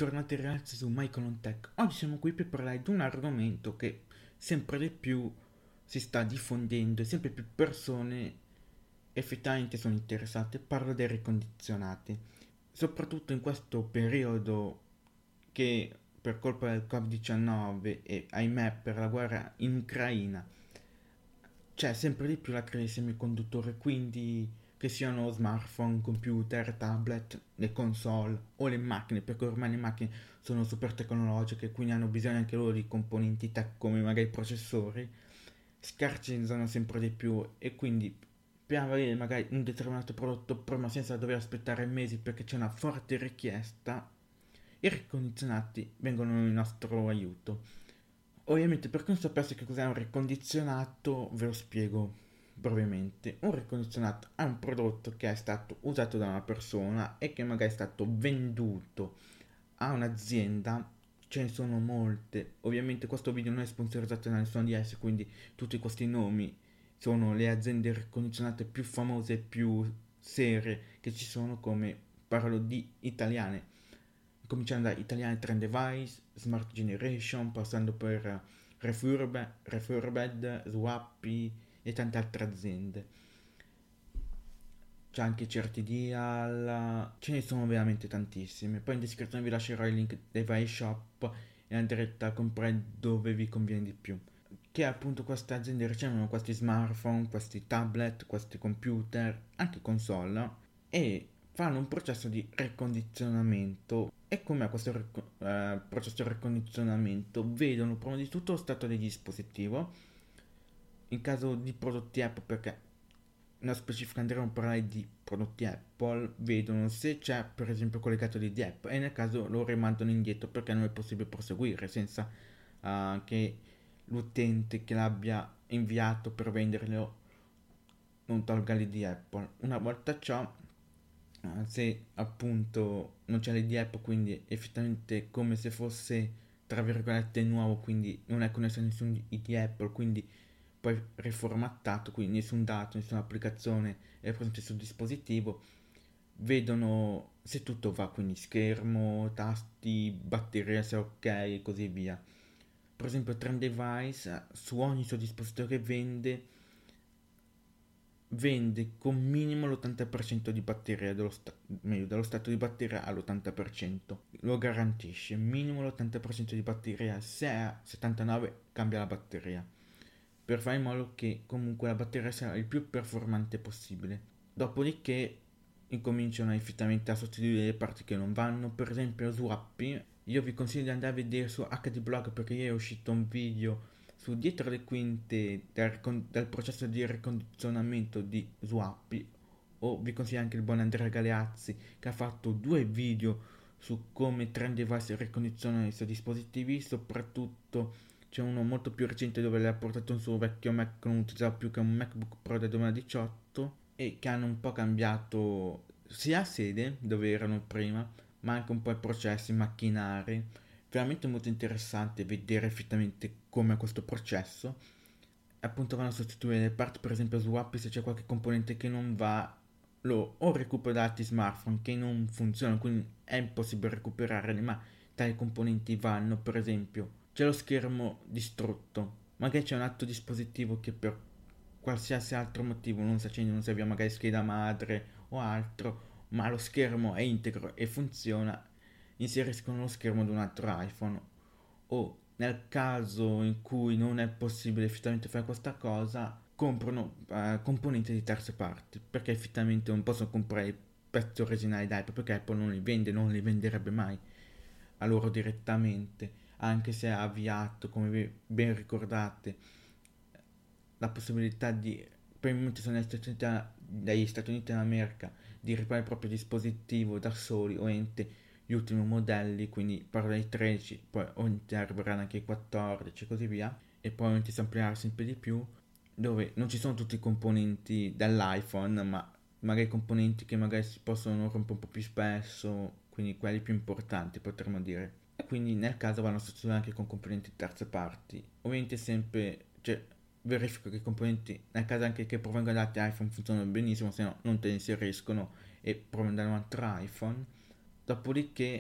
bentornati ragazzi su Michael on Tech. Oggi siamo qui per parlare di un argomento che sempre di più si sta diffondendo e sempre più persone effettivamente sono interessate. Parlo dei ricondizionati, soprattutto in questo periodo che per colpa del Covid-19 e ahimè per la guerra in Ucraina c'è sempre di più la crisi di semiconduttori, quindi che siano smartphone, computer, tablet, le console o le macchine, perché ormai le macchine sono super tecnologiche, quindi hanno bisogno anche loro di componenti tech come magari i processori, scarcizzano sempre di più e quindi per avere magari un determinato prodotto prima senza dover aspettare mesi perché c'è una forte richiesta, i ricondizionati vengono in nostro aiuto. Ovviamente per chi non sapesse che cos'è un ricondizionato ve lo spiego brevemente. Un ricondizionato è un prodotto che è stato usato da una persona e che magari è stato venduto a un'azienda. Ce ne sono molte. Ovviamente questo video non è sponsorizzato da nessuna di esse, quindi tutti questi nomi sono le aziende ricondizionate più famose e più serie che ci sono, come parlo di italiane, cominciando da Italiane Trend Device, Smart Generation, passando per Refurbed, Swappy e tante altre aziende. C'è anche CertiDeal, ce ne sono veramente tantissime. Poi in descrizione vi lascerò il link dei vari shop e andrete a comprare dove vi conviene di più. Che appunto queste aziende ricevono questi smartphone, questi tablet, questi computer, anche console e fanno un processo di ricondizionamento. E come questo processo di ricondizionamento vedono prima di tutto lo stato del dispositivo in caso di prodotti Apple, perché nello specifico andremo a parlare di prodotti Apple, vedono se c'è per esempio collegato di Apple e nel caso lo rimandano indietro perché non è possibile proseguire senza che l'utente che l'abbia inviato per venderlo non tolga l'ID Apple. Una volta ciò, se appunto non c'è l'ID Apple, quindi effettivamente come se fosse tra virgolette nuovo, quindi non è connesso a nessun ID Apple, quindi poi riformattato, quindi nessun dato, nessuna applicazione è presente sul dispositivo, vedono se tutto va, quindi schermo, tasti, batteria se è ok e così via. Per esempio Trend Device su ogni suo dispositivo che vende con minimo l'80% di batteria meglio, dello stato di batteria all'80%. Lo garantisce, minimo l'80% di batteria, se è a 79 cambia la batteria, per fare in modo che comunque la batteria sia il più performante possibile. Dopodiché incominciano effettivamente a sostituire le parti che non vanno, per esempio Swappy. Io vi consiglio di andare a vedere su HD Blog perché ieri è uscito un video su dietro le quinte del processo di ricondizionamento di Swappy, o vi consiglio anche il buon Andrea Galeazzi che ha fatto due video su come Trend Device ricondiziona i suoi dispositivi, soprattutto c'è uno molto più recente dove le ha portato un suo vecchio Mac che non utilizzava più, che è un MacBook Pro del 2018 e che hanno un po' cambiato sia sede dove erano prima ma anche un po' i processi, i macchinari. Veramente molto interessante vedere effettivamente come questo processo. Appunto vanno a sostituire le parti, per esempio su Wappy se c'è qualche componente che non va, lo o recupero da altri smartphone che non funzionano, quindi è impossibile recuperarli, ma tali componenti vanno, per esempio c'è lo schermo distrutto, magari c'è un altro dispositivo che per qualsiasi altro motivo non si accende, non si avvia, magari scheda madre o altro, ma lo schermo è integro e funziona, inseriscono lo schermo di un altro iPhone. O nel caso in cui non è possibile effettivamente fare questa cosa, comprano componenti di terze parti, perché effettivamente non possono comprare i pezzi originali da Apple, perché Apple non li vende, non li venderebbe mai a loro direttamente, anche se ha avviato, come ben ricordate, la possibilità di, per il momento sono dagli Stati Uniti d'America, di riparare il proprio dispositivo da soli, ovviamente gli ultimi modelli, quindi parlo dei 13, poi ovviamente arriveranno anche i 14 e così via, e poi ovviamente si amplierà sempre di più, dove non ci sono tutti i componenti dell'iPhone, ma magari componenti che magari si possono rompere un po' più spesso, quindi quelli più importanti potremmo dire. E quindi nel caso vanno a sostituire anche con componenti terze parti. Ovviamente sempre, cioè, verifico che i componenti, nel caso anche che provengono da altri iPhone, funzionano benissimo, se no non te ne inseriscono e provengono da un altro iPhone. Dopodiché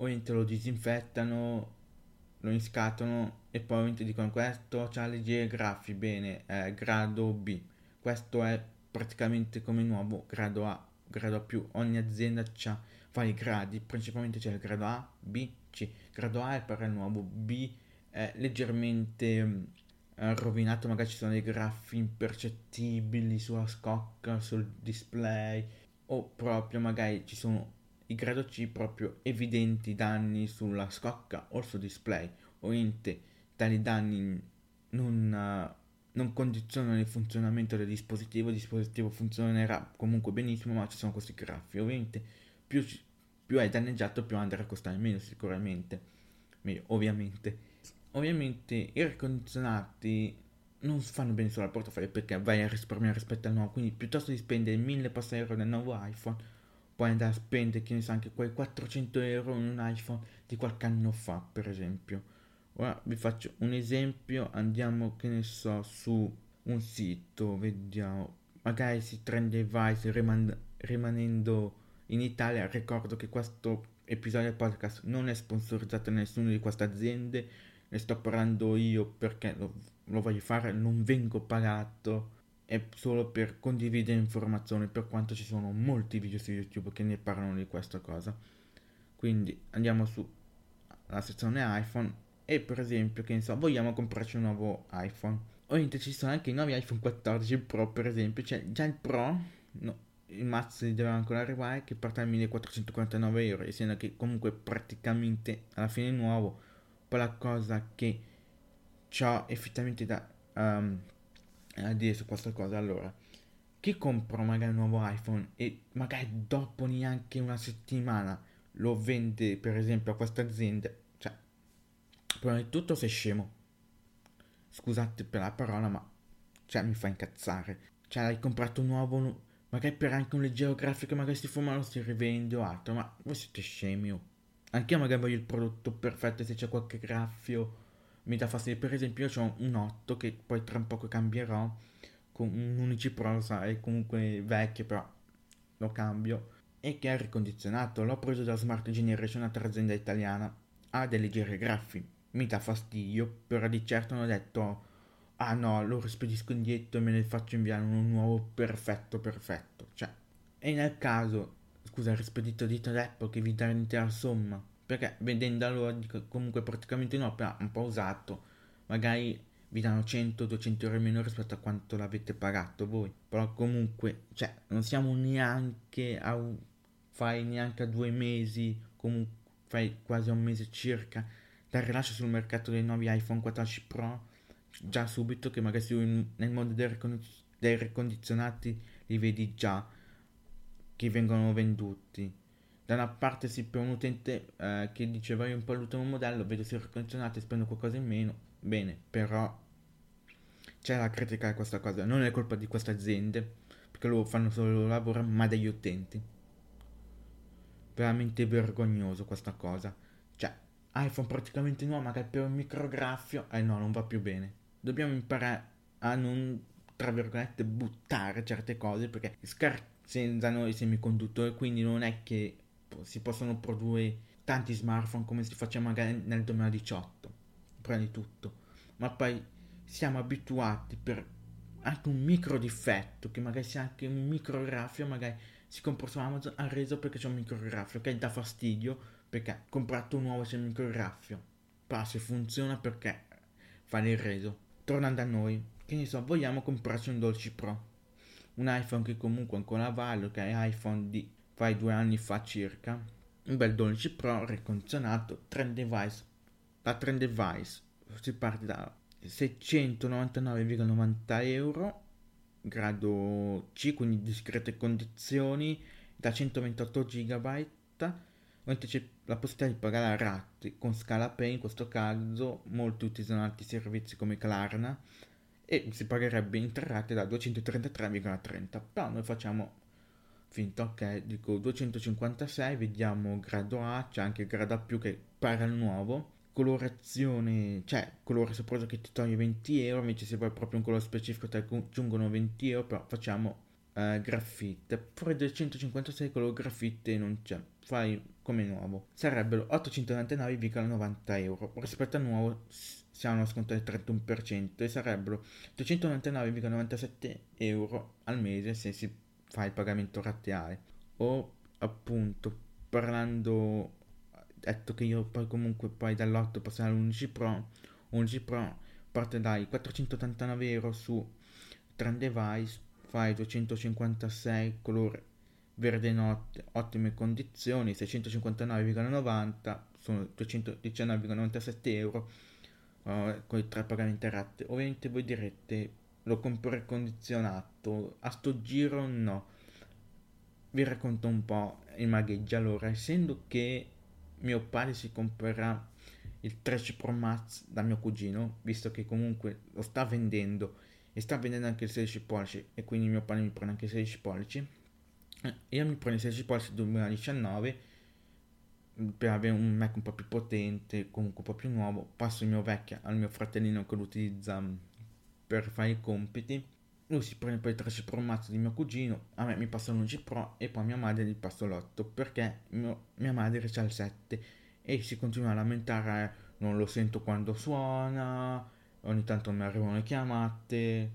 ovviamente lo disinfettano, lo inscatolano e poi ovviamente dicono questo c'ha leggeri graffi, bene, è grado B, questo è praticamente come nuovo grado A, grado A più, ogni azienda fa i gradi, principalmente c'è il grado A, B, C, grado A è per il nuovo, B è leggermente rovinato, magari ci sono dei graffi impercettibili sulla scocca, sul display, o proprio magari ci sono i grado C proprio evidenti danni sulla scocca o sul display. Ovviamente tali danni non, non condizionano il funzionamento del dispositivo, il dispositivo funzionerà comunque benissimo, ma ci sono questi graffi. Ovviamente più, più è danneggiato, più andrà a costare meno sicuramente. Meglio, ovviamente. Ovviamente i air condizionati non fanno bene solo al portafoglio perché vai a risparmiare rispetto al nuovo, quindi piuttosto di spendere 1000 passa euro nel nuovo iPhone, puoi andare a spendere, che ne so, anche quei 400 euro in un iPhone di qualche anno fa, per esempio. Ora vi faccio un esempio, andiamo, che ne so, su un sito, vediamo, magari si Trend Device rimanendo in Italia. Ricordo che questo episodio del podcast non è sponsorizzato da nessuna di queste aziende, ne sto parlando io perché lo voglio fare, non vengo pagato, è solo per condividere informazioni, per quanto ci sono molti video su YouTube che ne parlano di questa cosa. Quindi andiamo sulla sezione iPhone e per esempio, che ne so, vogliamo comprarci un nuovo iPhone. Ovviamente ci sono anche i nuovi iPhone 14 Pro, per esempio, c'è già il Pro, no, il Max deve ancora arrivare, che parte da 1449 euro, essendo che comunque praticamente alla fine è nuovo. Poi la cosa che c'ho effettivamente a dire su questa cosa, allora, chi compra magari un nuovo iPhone e magari dopo neanche una settimana lo vende per esempio a questa azienda, cioè, prima di tutto sei scemo, scusate per la parola, ma cioè mi fa incazzare. Cioè hai comprato un nuovo, magari per anche un leggero grafico, magari si fuma, lo si rivende o altro, ma voi siete scemi, oh. Anche io magari voglio il prodotto perfetto, se c'è qualche graffio mi dà fastidio. Per esempio io ho un 8 che poi tra un poco cambierò, con un 11 Pro, sai, comunque vecchio, però lo cambio, e che è ricondizionato. L'ho preso da Smart Generation, un'altra azienda italiana, ha dei leggeri graffi, mi dà fastidio, però di certo non ho detto ah no, lo rispedisco indietro e me ne faccio inviare uno nuovo perfetto perfetto, cioè. E nel caso, scusa, il rispedito dito d'Apple che vi dà l'intera somma, perché vedendolo dico comunque praticamente no, però un po' usato, magari vi danno 100-200 euro in meno rispetto a quanto l'avete pagato voi. Però comunque, cioè, non siamo neanche fai neanche a 2 mesi, comunque fai quasi a un mese circa, dal rilascio sul mercato dei nuovi iPhone 14 Pro, già subito che magari nel mondo dei ricondizionati li vedi già che vengono venduti. Da una parte sì, per un utente che dice vai un po' all'ultimo modello, vedo se ricondizionati e spendo qualcosa in meno, bene, però c'è da criticare questa cosa, non è colpa di queste aziende, perché loro fanno solo il loro lavoro, ma degli utenti. Veramente vergognoso questa cosa. Cioè, iPhone praticamente nuovo, magari per un micrograffio, no, non va più bene. Dobbiamo imparare a non, tra virgolette, buttare certe cose, perché scarseggiano i semiconduttori, quindi non è che si possono produrre tanti smartphone come si faceva magari nel 2018, prima di tutto. Ma poi siamo abituati per anche un micro difetto, che magari sia anche un micrograffio, magari si compra su Amazon ha reso perché c'è un micrograffio che dà fastidio perché comprato un nuovo c'è il micrograffio, però se funziona perché fare il reso. Tornando a noi, che ne so, vogliamo comprarci un 12 Pro, un iPhone che comunque ancora vale, che è iPhone di fai 2 anni fa circa, un bel 12 Pro ricondizionato, Trend Device. Da Trend Device si parte da 699,90 euro, grado C, quindi discrete condizioni, da 128 GB. Ovviamente c'è la possibilità di pagare a rate con Scala Pay, in questo caso molti utilizzano altri servizi come Klarna, e si pagherebbe in 3 rate da 233,30. Però noi facciamo finta, ok, dico 256, vediamo grado A, c'è anche il grado A più che paga il nuovo. Colorazione, cioè colore sopra che ti toglie 20 euro, invece se vuoi proprio un colore specifico ti aggiungono 20 euro, però facciamo graffite. Fuori del 156 colore graffite non c'è, fai come nuovo. Sarebbero 899,90 euro. Rispetto al nuovo si ha uno sconto del 31% e sarebbero 299,97 euro al mese se si fa il pagamento rateale. O appunto, parlando, detto che io poi comunque poi dall'8 passo all'11 Pro, 11 Pro parte dai 489 euro su Trend Device, fai 256 colore verde notte, ottime condizioni, 659,90, sono 219,97 euro con i tre pagamenti a rate. Ovviamente voi direte lo compro recondizionato, a sto giro no. Vi racconto un po' il magheggio. Allora, essendo che mio padre si comprerà il 13 Pro Max da mio cugino, visto che comunque lo sta vendendo e sta vendendo anche il 16 pollici e quindi mio padre mi prende anche il 16 pollici, io mi prendo il 16 pollici 2019 per avere un Mac un po' più potente, comunque un po' più nuovo, passo il mio vecchio al mio fratellino che lo utilizza per fare i compiti. Lui si prende poi il 13 Pro Max di mio cugino, a me mi passa l'11 Pro e poi a mia madre gli passo l'8 perché mia madre c'ha il 7 e si continua a lamentare, non lo sento quando suona, ogni tanto mi arrivano le chiamate,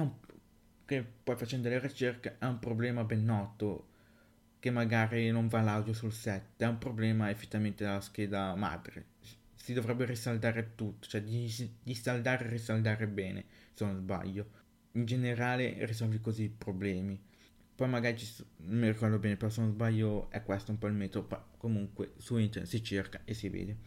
che poi facendo le ricerche è un problema ben noto, che magari non va l'audio sul set, è un problema effettivamente della scheda madre. Si dovrebbe risaldare tutto, cioè di saldare e risaldare bene, se non sbaglio. In generale risolvi così i problemi. Poi magari non mi ricordo bene, però se non sbaglio è questo un po' il metodo, comunque su internet si cerca e si vede.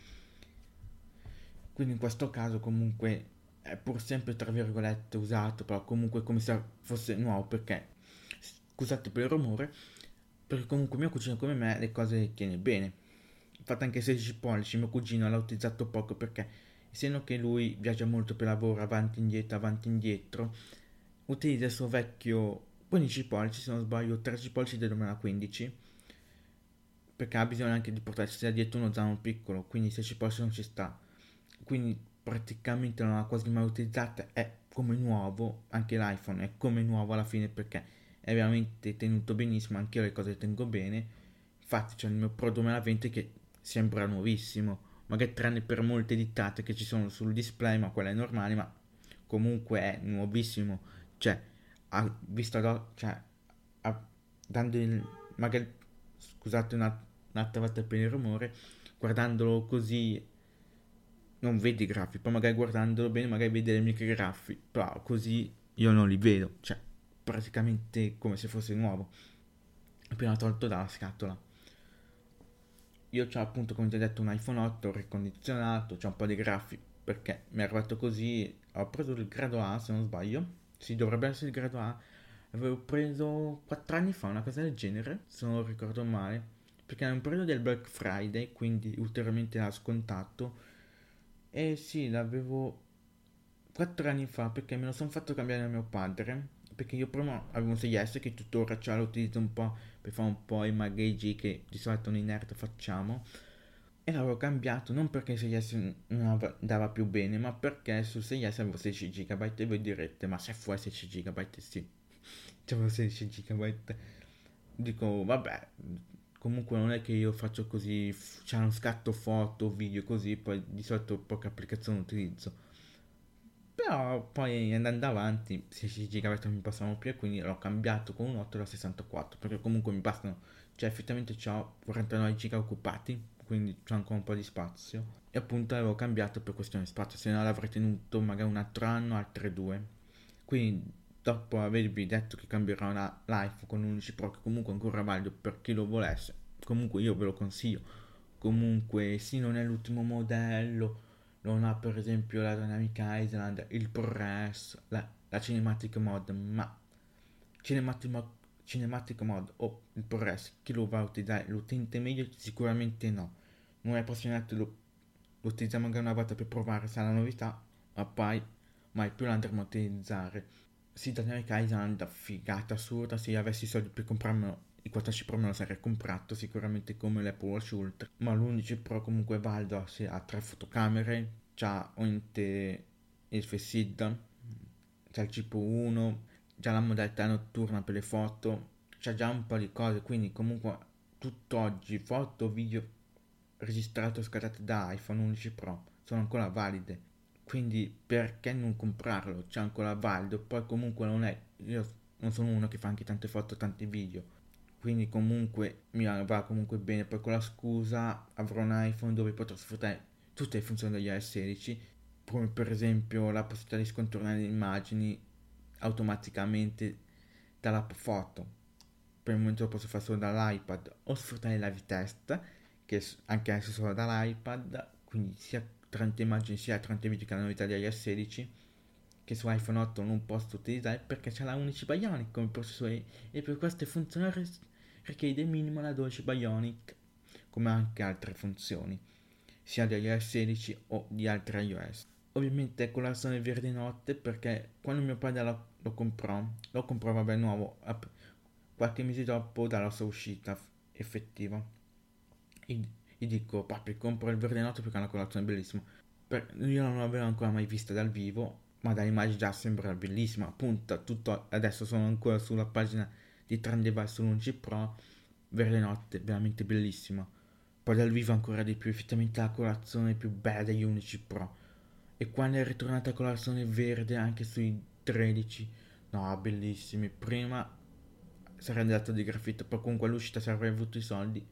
Quindi in questo caso comunque è pur sempre tra virgolette usato, però comunque come se fosse nuovo perché, scusate per il rumore, perché comunque mio cugino come me le cose le tiene bene. Infatti anche 16 pollici mio cugino l'ha utilizzato poco perché essendo che lui viaggia molto per lavoro avanti e indietro, utilizza il suo vecchio 15 pollici, se non sbaglio 13 pollici del 2015, perché ha bisogno anche di portarsi dietro uno zaino piccolo, quindi 16 pollici non ci sta. Quindi praticamente non l'ha quasi mai utilizzata, è come nuovo, anche l'iPhone è come nuovo alla fine perché è veramente tenuto benissimo, anche io le cose le tengo bene. Infatti c'è il mio Pro 2020 che sembra nuovissimo, magari tranne per molte dittate che ci sono sul display, ma quella è normale, ma comunque è nuovissimo. Cioè, visto cioè, dando il, magari, scusate un'altra volta per il rumore, guardandolo così non vedi i graffi, poi magari guardandolo bene magari vedi dei micrografi, però così io non li vedo, cioè praticamente come se fosse nuovo, appena tolto dalla scatola. Io ho appunto come ti ho detto un iPhone 8 ricondizionato, c'ho un po' di graffi perché mi è arrivato così, ho preso il grado A se non sbaglio, sì dovrebbe essere il grado A, avevo preso 4 anni fa una cosa del genere, se non ricordo male, perché era un periodo del Black Friday, quindi ulteriormente l'ha scontato. Eh sì, l'avevo 4 anni fa perché me lo sono fatto cambiare da mio padre. Perché io prima avevo un 6S che tuttora ce lo utilizzo un po' per fare un po' i magheggi che di solito nei nerd facciamo. E l'avevo cambiato non perché il 6S non andava più bene, ma perché sul 6S avevo 16 GB e voi direte, ma se fu 16 GB, sì, c'avevo 16 GB. Dico, vabbè, comunque non è che io faccio così, c'è uno scatto foto, video così, poi di solito poche applicazioni utilizzo. Però poi andando avanti, 16 GB non mi passavano più e quindi l'ho cambiato con un 8 da 64, perché comunque mi bastano, cioè effettivamente ho 49 giga occupati, quindi c'ho ancora un po' di spazio. E appunto avevo cambiato per questione di spazio, se no l'avrei tenuto magari un altro anno, altre due. Quindi dopo avervi detto che cambierò l'iPhone con l'11 Pro, che comunque è ancora valido per chi lo volesse, comunque io ve lo consiglio. Comunque sì, non è l'ultimo modello, non ha per esempio la Dynamic Island, il ProRes, la Cinematic Mod, ma Cinematic Mod, Cinematic Mod o il ProRes, chi lo va a utilizzare? L'utente medio sicuramente no. Non è appassionato, lo utilizziamo magari una volta per provare se è la novità, ma poi mai più lo andremo a utilizzare. Sì, Dynamic Island, figata assurda, se avessi i soldi per comprarmelo il 14 Pro me lo sarei comprato sicuramente come l'Apple Watch Ultra, ma l'11 Pro comunque è valido se ha tre fotocamere, c'ha ovviamente il Face ID, c'ha il chip 1, c'ha la modalità notturna per le foto, c'ha già un po' di cose, quindi comunque tutt'oggi foto, video registrate o scattate da iPhone 11 Pro sono ancora valide, quindi perché non comprarlo? C'è ancora valido, poi comunque non è, io non sono uno che fa anche tante foto, tanti video, quindi comunque mi va comunque bene, poi con la scusa avrò un iPhone dove potrò sfruttare tutte le funzioni degli iOS 16, come per esempio la possibilità di scontornare le immagini automaticamente dall'app foto. Per il momento lo posso fare solo dall'iPad o sfruttare il live test, che anche adesso solo dall'iPad, quindi sia tramite immagini sia tramite video che la novità di iOS 16, che su iPhone 8 non posso utilizzare perché c'è la 11 Bionic come processore e per queste funzioni richiede minimo la 12 Bionic, come anche altre funzioni, sia di iOS 16 o di altri iOS. Ovviamente con la versione verde notte perché quando mio padre lo comprò vabbè nuovo qualche mese dopo dalla sua uscita effettiva. Gli dico, papi, compro il verde notte perché è una colorazione bellissima. Io non l'avevo ancora mai vista dal vivo, ma dall'immagine già sembra bellissima. Appunto, tutto, adesso sono ancora sulla pagina di Trend Device sull'11 Pro, verde notte, veramente bellissima. Poi dal vivo ancora di più, effettivamente la colorazione più bella degli 11 Pro. E quando è ritornata la colorazione verde anche sui 13, no, bellissimi. Prima sarei andato di graffito, poi comunque all'uscita se avrei avuto i soldi,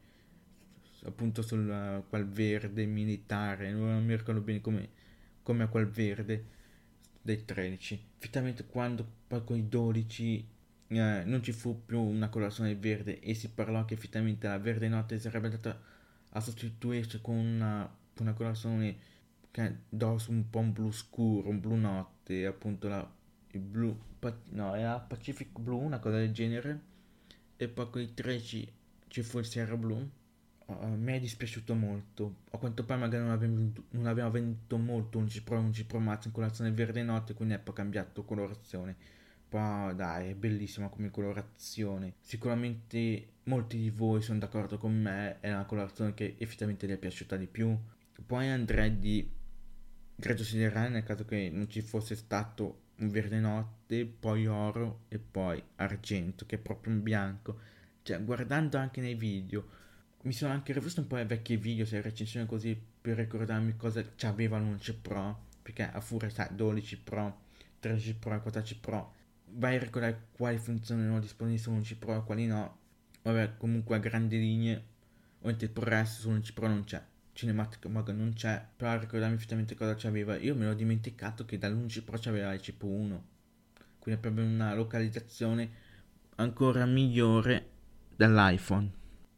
appunto sul quel verde militare, non mi ricordo bene come quel verde dei 13. Effettivamente quando poi con i 12 non ci fu più una colorazione verde e si parlò che effettivamente la verde notte sarebbe andata a sostituirsi con una colorazione che dorso un po' un blu scuro, un blu notte, appunto il blu, no, era Pacific Blue, una cosa del genere, e poi con i 13 ci fu il Sierra Blue. A me è dispiaciuto molto. A quanto pare magari non abbiamo venduto molto un Cipro Max in colorazione verde notte, quindi è poi cambiato colorazione. Però dai, è bellissima come colorazione. Sicuramente molti di voi sono d'accordo con me, è una colorazione che effettivamente gli è piaciuta di più. Poi andrei di grado siderale nel caso che non ci fosse stato un verde notte, poi oro e poi argento, che è proprio un bianco. Cioè, guardando anche nei video, mi sono anche rivisto un po' i vecchi video, se recensioni così, per ricordarmi cosa c'aveva l'Unce Pro, perché a furia, sai, 12 Pro, 13 Pro e 14 Pro, vai a ricordare quali funzioni erano disponibili su Unce Pro e quali no. Vabbè, comunque a grandi linee, ovviamente il progresso su Unce Pro non c'è. Cinematic Mode non c'è, però ricordarmi effettivamente cosa c'aveva. Io me l'ho dimenticato che dall'11 Pro c'aveva il CPU1, quindi è proprio una localizzazione ancora migliore dell'iPhone.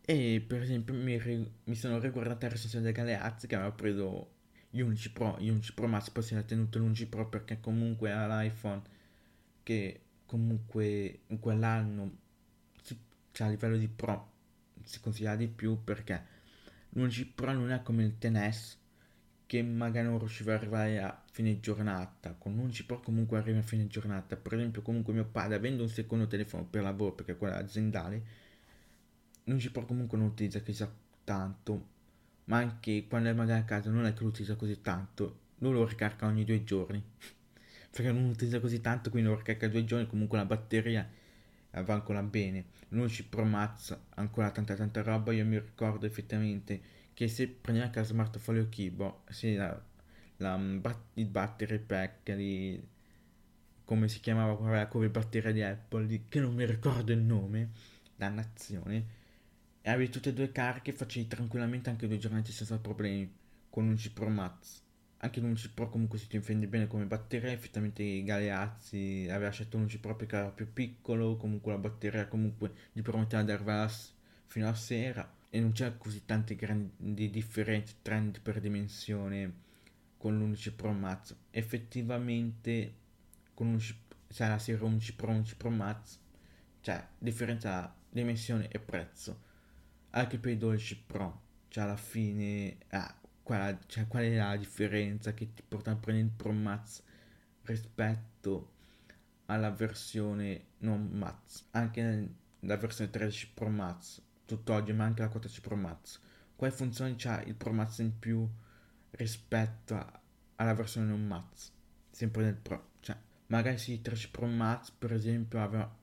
E per esempio mi sono riguardata la recensione del Galeazzi che aveva preso gli 11 Pro Max, poi si era tenuto l'11 Pro perché comunque era l'iPhone che comunque in quell'anno cioè a livello di Pro si consiglia di più perché l'11 Pro non è come il XS che magari non riusciva ad arrivare a fine giornata, con l'11 Pro comunque arriva a fine giornata. Per esempio comunque mio padre avendo un secondo telefono per lavoro perché quello è aziendale non ci può comunque non utilizza chissà tanto, ma anche quando è magari a casa non è che lo utilizza così tanto, lui lo ricarica ogni 2 giorni, perché non utilizza così tanto, quindi lo ricarica 2 giorni, comunque la batteria va ancora bene. Lui ci promazza ancora tanta roba, io mi ricordo effettivamente che se prendiamo anche la Smart Folio Keyboard, se il battery pack di, come si chiamava quella come batteria di Apple, che non mi ricordo il nome, dannazione, e avevi tutte e due cariche e facevi tranquillamente anche 2 giornate senza problemi con un C Pro Max. Anche un C Pro comunque si ti difende bene come batteria, effettivamente i Galeazzi aveva scelto un C Pro perché era più piccolo, comunque la batteria comunque gli permetteva di arrivare fino a sera e non c'è così tante grandi differenze trend per dimensione con l'11 Pro Max. Effettivamente con se la serie 11 Pro 11 Pro Max c'è differenza dimensione e prezzo anche per i 12 Pro, cioè alla fine, qual è la differenza che ti porta a prendere il Pro Max rispetto alla versione non Max, anche la versione 13 Pro Max, tutt'oggi, ma anche la 14 Pro Max. Quali funzioni c'ha il Pro Max in più rispetto alla versione non Max? Sempre nel Pro, cioè, magari sì, il 13 Pro Max, per esempio, aveva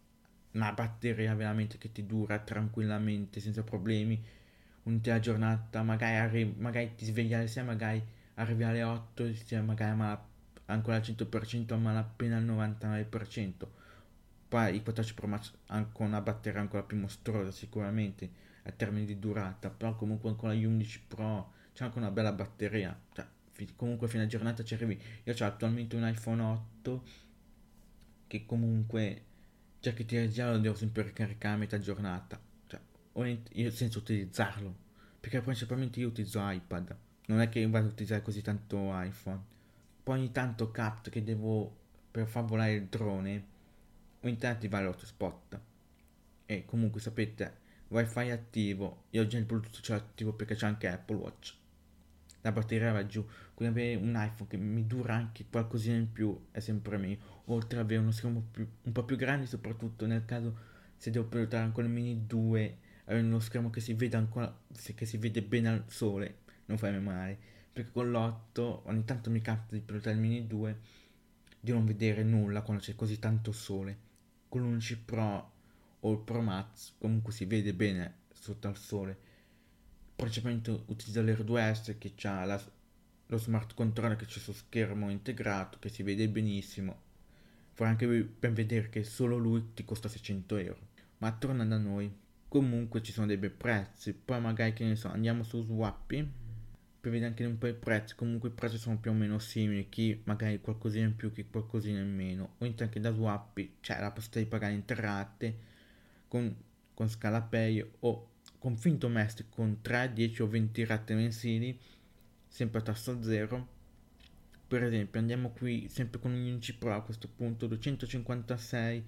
una batteria veramente che ti dura tranquillamente, senza problemi, un'intera giornata, magari ti svegli alle 6, magari arrivi alle 8 e sei magari ancora al 100%, a malapena al 99%. Poi i 14 Pro Max hanno una batteria ancora più mostruosa sicuramente a termini di durata, però comunque ancora gli 11 Pro c'è anche una bella batteria, cioè, comunque fino a giornata ci arrivi. Io ho attualmente un iPhone 8 che comunque, già che ti già lo devo sempre ricaricare a metà giornata, cioè io senza utilizzarlo, perché principalmente io utilizzo iPad, non è che vado a utilizzare così tanto iPhone. Poi ogni tanto capto che devo, per far volare il drone, ogni tanto attivare l'hotspot. E comunque sapete, wifi attivo, io ho già il Bluetooth ce l'ho attivo perché c'è anche Apple Watch. La batteria va giù, quindi avere un iPhone che mi dura anche qualcosina in più è sempre meglio, oltre ad avere uno schermo un po' più grande, soprattutto nel caso se devo pilotare ancora il Mini 2, avere uno schermo che si vede ancora, che si vede bene al sole, non fa male, perché con l'8 ogni tanto mi capita di pilotare il Mini 2, di non vedere nulla quando c'è così tanto sole. Con l'11 Pro o il Pro Max comunque si vede bene sotto al sole. Principalmente utilizzo l'Air2S che ha lo smart controller che c'è su schermo integrato, che si vede benissimo. Fa anche ben vedere che solo lui ti costa 600 euro. Ma torna da noi. Comunque ci sono dei bei prezzi. Poi magari, che ne so, andiamo su Swappy per vedere anche un po' i prezzi. Comunque i prezzi sono più o meno simili. Chi magari qualcosina in più, chi qualcosina in meno. O anche da Swappy c'è la possibilità di pagare in rate con, con Scalapay o con Findomestic con 3, 10 o 20 rate mensili, sempre a tasso zero. Per esempio andiamo qui sempre con un 11 Pro a questo punto, 256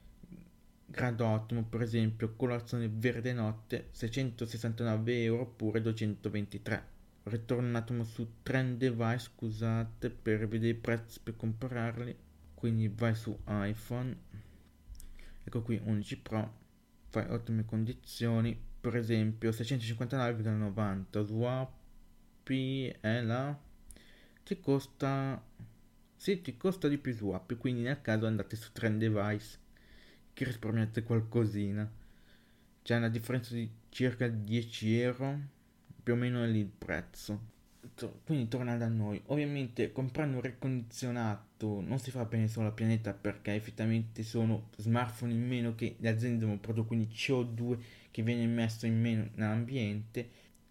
grado ottimo, per esempio colazione verde notte, 669 euro oppure 223. Ritorno un attimo su Trend Device, scusate, per vedere i prezzi per compararli. Quindi vai su iPhone, ecco qui 11 Pro, fai ottime condizioni, per esempio 659,90, Swappy è là, ti costa, sì, ti costa di più Swappy, quindi nel caso andate su Trend Device che risparmiate qualcosina, c'è una differenza di circa 10 euro, più o meno è lì il prezzo. Quindi torna da noi. Ovviamente comprando un ricondizionato non si fa bene solo al pianeta, perché effettivamente sono smartphone in meno che le aziende devono produrre, quindi CO2 che viene immesso in meno nell'ambiente,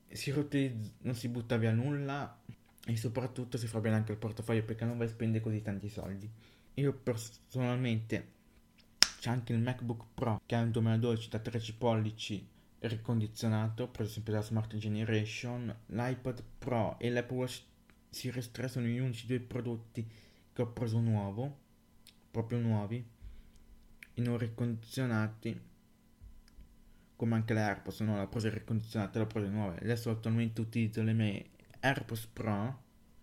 non si butta via nulla e soprattutto si fa bene anche al portafoglio, perché non vai a spendere così tanti soldi. Io personalmente c'è anche il MacBook Pro che ha un 2012 da 13 pollici ricondizionato, preso sempre dalla Smart Generation. L'iPad Pro e l'Apple Watch Series 3 sono gli unici due prodotti che ho preso nuovo, proprio nuovi, e non ricondizionati, come anche le AirPods, no, l'ho presa ricondizionata, l'ho presa nuove. Adesso attualmente utilizzo le mie AirPods Pro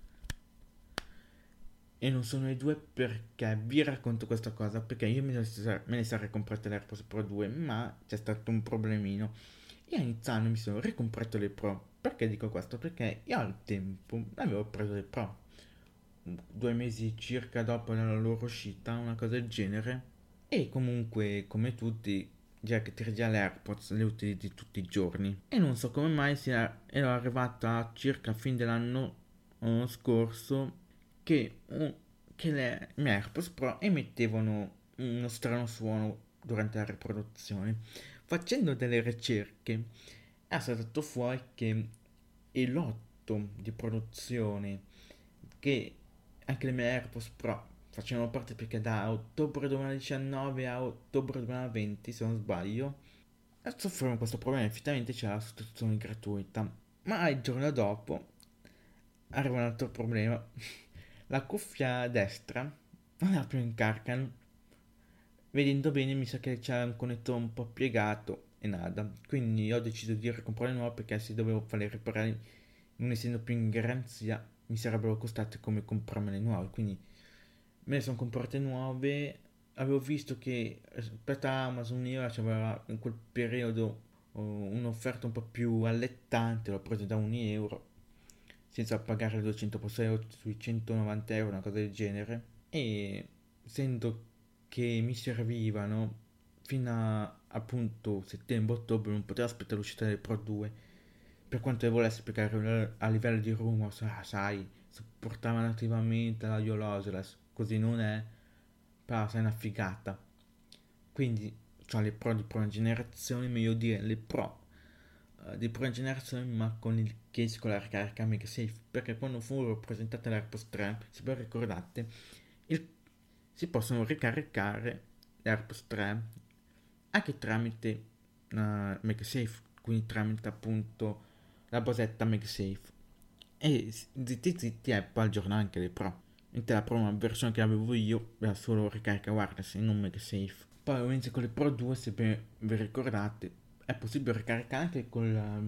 e non sono i due, perché vi racconto questa cosa, perché io me ne sarei comprate le AirPods Pro 2, ma c'è stato un problemino e a inizio anno mi sono ricomprato le Pro. Perché dico questo? Perché io al tempo avevo preso le Pro 2 mesi circa dopo la loro uscita, una cosa del genere, e comunque come tutti, già che ti già le AirPods le utilizzi tutti i giorni, e non so come mai ero arrivata a circa a fine dell'anno scorso che, che le mie AirPods Pro emettevano uno strano suono durante la riproduzione. Facendo delle ricerche è saltato fuori che il lotto di produzione che anche le mie AirPods Pro facevano parte, perché da ottobre 2019 a ottobre 2020, se non sbaglio, soffrivano questo problema. Effettivamente c'era la sostituzione gratuita, ma il giorno dopo arriva un altro problema. La cuffia destra non era più in carica. Vedendo bene mi sa che c'era un connettore un po' piegato e nada. Quindi ho deciso di ricomprare nuovo, perché se dovevo farle riparare, non essendo più in garanzia, mi sarebbero costate come comprarmele nuove. Quindi me ne sono comprate nuove. Avevo visto che rispetto a Amazon io c'aveva in quel periodo un'offerta un po' più allettante, l'ho presa da 1 euro senza pagare 200, euro sui 190 euro, una cosa del genere. E essendo che mi servivano fino a appunto settembre-ottobre non potevo aspettare l'uscita del Pro 2 per quanto ne volessi, perché a livello di rumors, sai, supportava nativamente la Iolosles, così non è, però sei una figata. Quindi c'ho le Pro di prima generazione, meglio dire le Pro di prima generazione, ma con il case con la ricarica MagSafe, perché quando furono presentate l'AirPods 3, se ben ricordate, il- si possono ricaricare l'AirPods 3 anche tramite MagSafe, quindi tramite appunto la basetta MagSafe. E zitti zitti Apple aggiorna anche le Pro. Mentre la prima versione che avevo io era solo ricarica wireless e non MagSafe. Poi ovviamente con le Pro 2, se ben vi ricordate, è possibile ricaricare anche con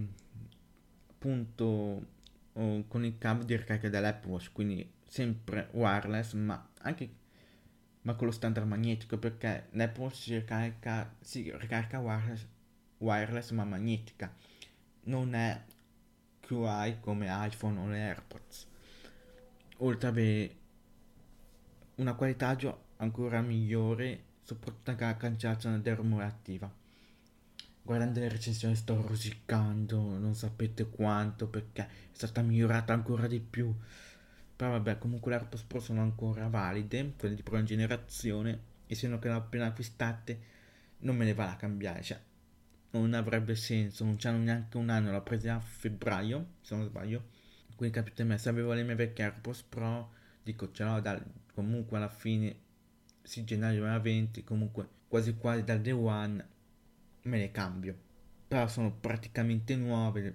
appunto con il cavo di ricarica dell'Apple Watch, quindi sempre wireless, ma con lo standard magnetico, perché l'Apple Watch si ricarica wireless ma magnetica, non è QI come iPhone o le AirPods. Oltre ad avere una qualità audio ancora migliore, soprattutto anche la cancellazione del rumore attiva. Guardando le recensioni sto rosicando, non sapete quanto, perché è stata migliorata ancora di più. Però vabbè, comunque le AirPods Pro sono ancora valide, quelle di prima generazione, essendo che le ho appena acquistate non me ne va a cambiare, cioè non avrebbe senso, non c'hanno neanche un anno, l'ho presa a febbraio, se non sbaglio. Quindi capite me, se avevo le mie vecchie AirPods Pro, dico ce l'ho comunque alla fine, sì, gennaio 2020, comunque quasi quasi dal day one me le cambio. Però sono praticamente nuove,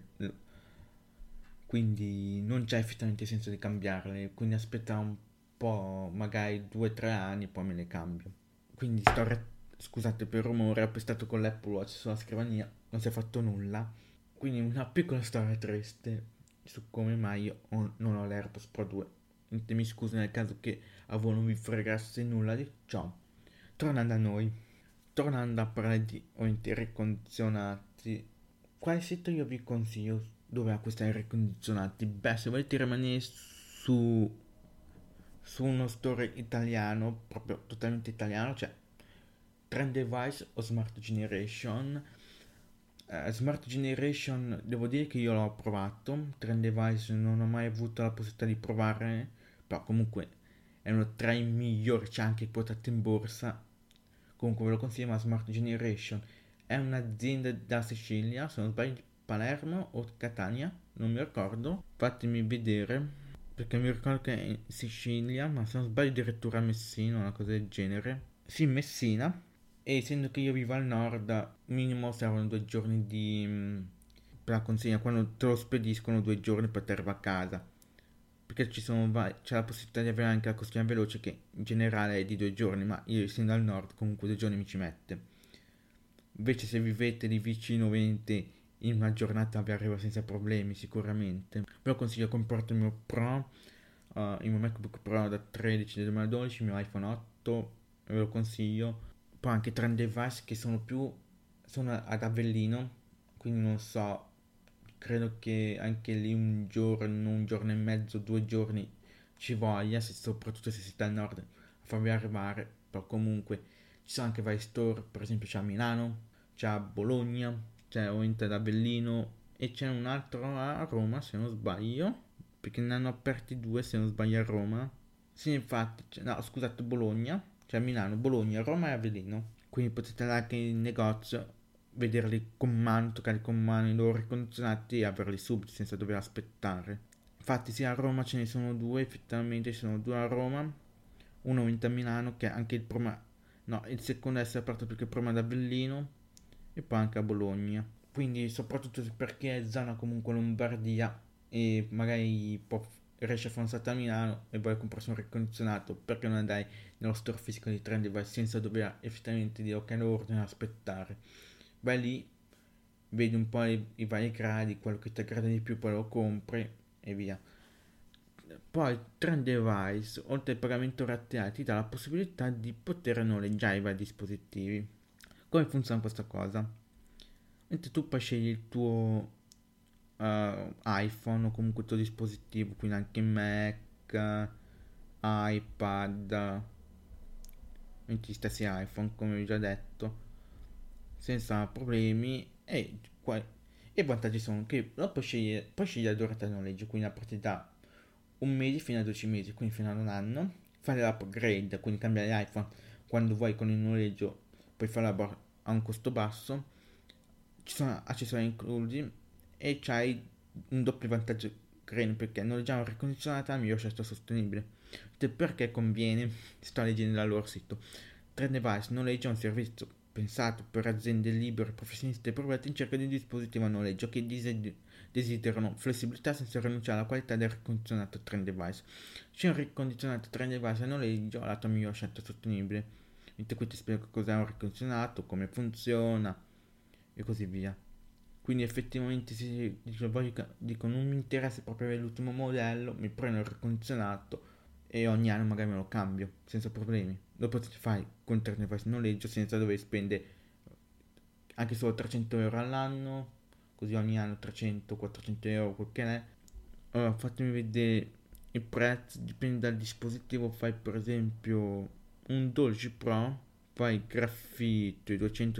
quindi non c'è effettivamente senso di cambiarle, quindi aspetta un po', magari 2-3 anni, poi me le cambio. Quindi scusate per il rumore, ho pestato con l'Apple Watch sulla scrivania, non si è fatto nulla. Quindi una piccola storia triste su come mai non ho l'AirPods Pro 2. Mi scuso nel caso che a voi non vi fregasse nulla di ciò. Tornando a noi, tornando a parlare di air condizionati, quale sito io vi consiglio dove acquistare air condizionati? Beh, se volete rimanere su uno store italiano, proprio totalmente italiano, cioè Trend Device o Smart Generation. Smart Generation, devo dire che io l'ho provato, Trend Device non ho mai avuto la possibilità di provare, però comunque è uno tra i migliori, c'è anche quotato in borsa. Comunque ve lo consiglio, ma Smart Generation è un'azienda da Sicilia, se non sbaglio di Palermo o Catania, non mi ricordo, fatemi vedere, perché mi ricordo che è in Sicilia, ma se non sbaglio addirittura a Messina, una cosa del genere. Sì, Messina, e essendo che io vivo al nord, minimo servono 2 giorni per la consegna, quando te lo spediscono 2 giorni per te arriva a casa. Perché c'è la possibilità di avere anche la consegna veloce che in generale è di 2 giorni, ma io essendo al nord comunque 2 giorni mi ci mette. Invece se vivete lì vicino, ovviamente in una giornata vi arriva senza problemi sicuramente. Però consiglio comprato il mio Pro, il mio MacBook Pro da 13 del 2012, il mio iPhone 8, ve lo consiglio. Poi anche Trend Device che sono ad Avellino, quindi non so, credo che anche lì un giorno e mezzo, 2 giorni ci voglia, soprattutto se siete al nord, a farvi arrivare. Però comunque ci sono anche vari store, per esempio c'è a Milano, c'è a Bologna, c'è ovviamente ad Avellino e c'è un altro a Roma se non sbaglio, perché ne hanno aperti due se non sbaglio a Roma. Sì, infatti, no, scusate, Bologna, cioè Milano, Bologna, Roma e Avellino. Quindi potete andare anche in negozio, vederli con mano, toccare con mano i loro ricondizionati e averli subito senza dover aspettare. Infatti sì, a Roma ce ne sono due, effettivamente ci sono due a Roma, uno a Milano che è anche il primo, no, il secondo è essere aperto perché il primo è ad Avellino e poi anche a Bologna. Quindi soprattutto perché è zona comunque Lombardia e magari riesce a fare un salto a Milano e vuole comprarsi un ricondizionato, perché non andai nello store fisico di Trendyol senza dover effettivamente dire ok, lo ordine e aspettare. Vai lì, vedi un po' i vari gradi, quello che ti aggrada di più poi lo compri e via. Poi Trend Device, oltre al pagamento rateale, ti dà la possibilità di poter noleggiare i vari dispositivi. Come funziona questa cosa? Mentre tu poi scegli il tuo iPhone o comunque il tuo dispositivo, quindi anche Mac, iPad, gli stessi iPhone come vi ho già detto. senza problemi e i vantaggi sono che puoi scegliere la durata del noleggio, quindi a partire da un mese fino a 12 mesi, quindi fino ad un anno, fare l'upgrade, quindi cambiare iPhone quando vuoi con il noleggio, puoi farlo a un costo basso, ci sono accessori inclusi e c'hai un doppio vantaggio green perché noleggiamo aria condizionata al miglior scelta sostenibile. Perché conviene? Sto leggendo dal loro sito. Trend Device noleggia un servizio pensato per aziende libere, professionisti e provati in cerca di un dispositivo a noleggio che desiderano flessibilità senza rinunciare alla qualità del ricondizionato Trend Device. C'è un ricondizionato Trend Device a noleggio alla tua miglior scelta sostenibile. Mentre qui ti spiego cos'è un ricondizionato, come funziona e così via. Quindi effettivamente se dico non mi interessa proprio avere l'ultimo modello, mi prendo il ricondizionato e ogni anno magari me lo cambio senza problemi. Lo potete fare con Device noleggio senza dover spendere anche solo 300 euro all'anno, così ogni anno 300-400 euro, quel che è. Allora, fatemi vedere i prezzi, dipende dal dispositivo. Fai per esempio un 12 Pro, fai graffito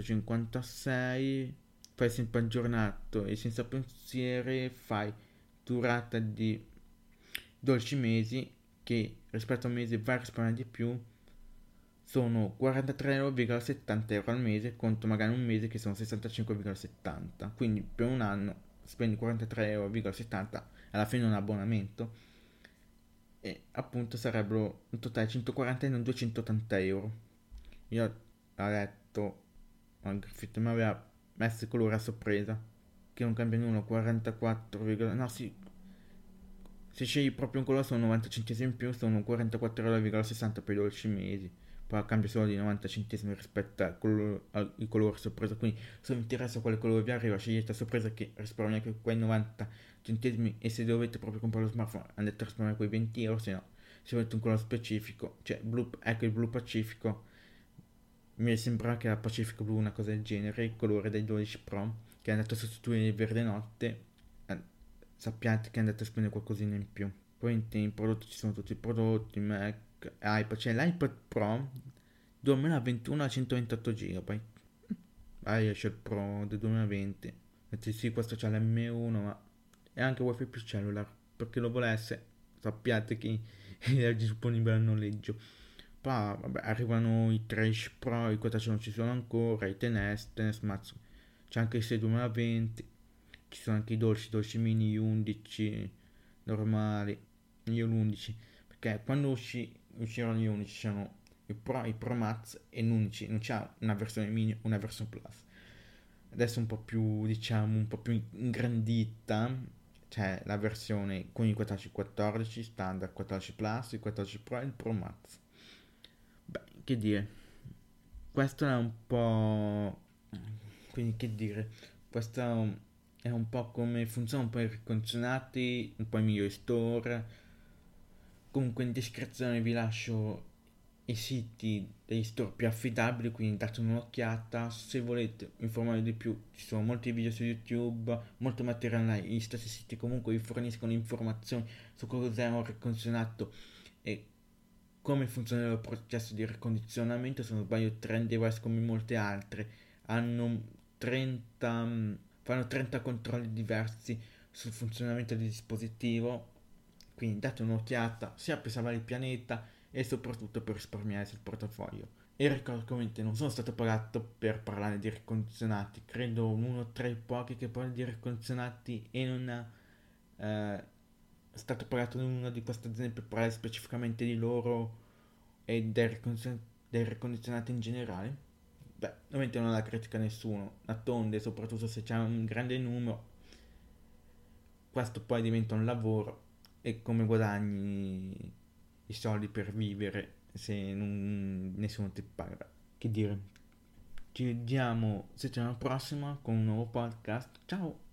256, fai sempre aggiornato e senza pensieri, fai durata di 12 mesi che rispetto a un mese vai a risparmiare di più, sono 43,70 euro al mese contro magari un mese che sono 65,70, quindi per un anno spendi 43,70 euro, alla fine un abbonamento e appunto sarebbero in totale 140 e non 280 euro. Io ho letto al graffito mi aveva messo il colore a sorpresa che non cambia nulla, 44, no sì, se scegli proprio un colore sono 90 centesimi in più, sono 44,60 per i 12 mesi. Poi cambia solo di 90 centesimi rispetto al colore sorpresa. Quindi se vi interessa quale colore vi arriva, scegliete a sorpresa che risparmia anche quei 90 centesimi. E se dovete proprio comprare lo smartphone, andate a risparmiare quei 20 euro. Se no, se volete un colore specifico, cioè blu, ecco il blu pacifico. Mi sembra che la Pacific Blue una cosa del genere, il colore dei 12 Pro, che è andato a sostituire il verde notte. eh, Sappiate che è andato a spendere qualcosina in più. Poi in prodotto ci sono tutti i prodotti, Mac, iPad, c'è l'iPad Pro 2021 a 128 GB. Esce il Pro del 2020. Metti sì, questo c'ha l'M1, ma è anche wifi più cellular. Per chi lo volesse, sappiate che è disponibile al noleggio. Poi vabbè, arrivano i 13 Pro, i 14 non ci sono ancora, i XS Max, c'è anche il 6 2020, ci sono anche i 12 mini, gli 11 normali, io l'11, perché quando uscirono gli 11 c'erano i Pro Max e l'11, non c'è una versione mini, una versione Plus. Adesso è un po' più, diciamo, un po' più ingrandita, c'è la versione con i 14 standard, 14 Plus, il 14 Pro e il Pro Max. Beh, che dire, questo è un po'... Quindi che dire, questo è un po' come funziona un po' i ricondizionati, un po' i migliori store. Comunque in descrizione vi lascio i siti degli store più affidabili, quindi date un'occhiata. Se volete informare di più, ci sono molti video su YouTube, molto materiale online. Gli stessi siti comunque vi forniscono informazioni su cos'è un ricondizionato e come funziona il processo di ricondizionamento. Se non sbaglio, Trend Device come molte altre hanno 30, fanno 30 controlli diversi sul funzionamento del dispositivo, quindi date un'occhiata sia per salvare il pianeta e soprattutto per risparmiare sul portafoglio. E ricordo che ovviamente non sono stato pagato per parlare di ricondizionati, credo uno tra i pochi che parla di ricondizionati e non ha stato pagato da una di queste aziende per parlare specificamente di loro e dei ricondizionati in generale. Beh, ovviamente non la critica a nessuno, d'altronde soprattutto se c'è un grande numero, questo poi diventa un lavoro e come guadagni i soldi per vivere se nessuno ti paga. Che dire, ci vediamo settimana prossima con un nuovo podcast. Ciao!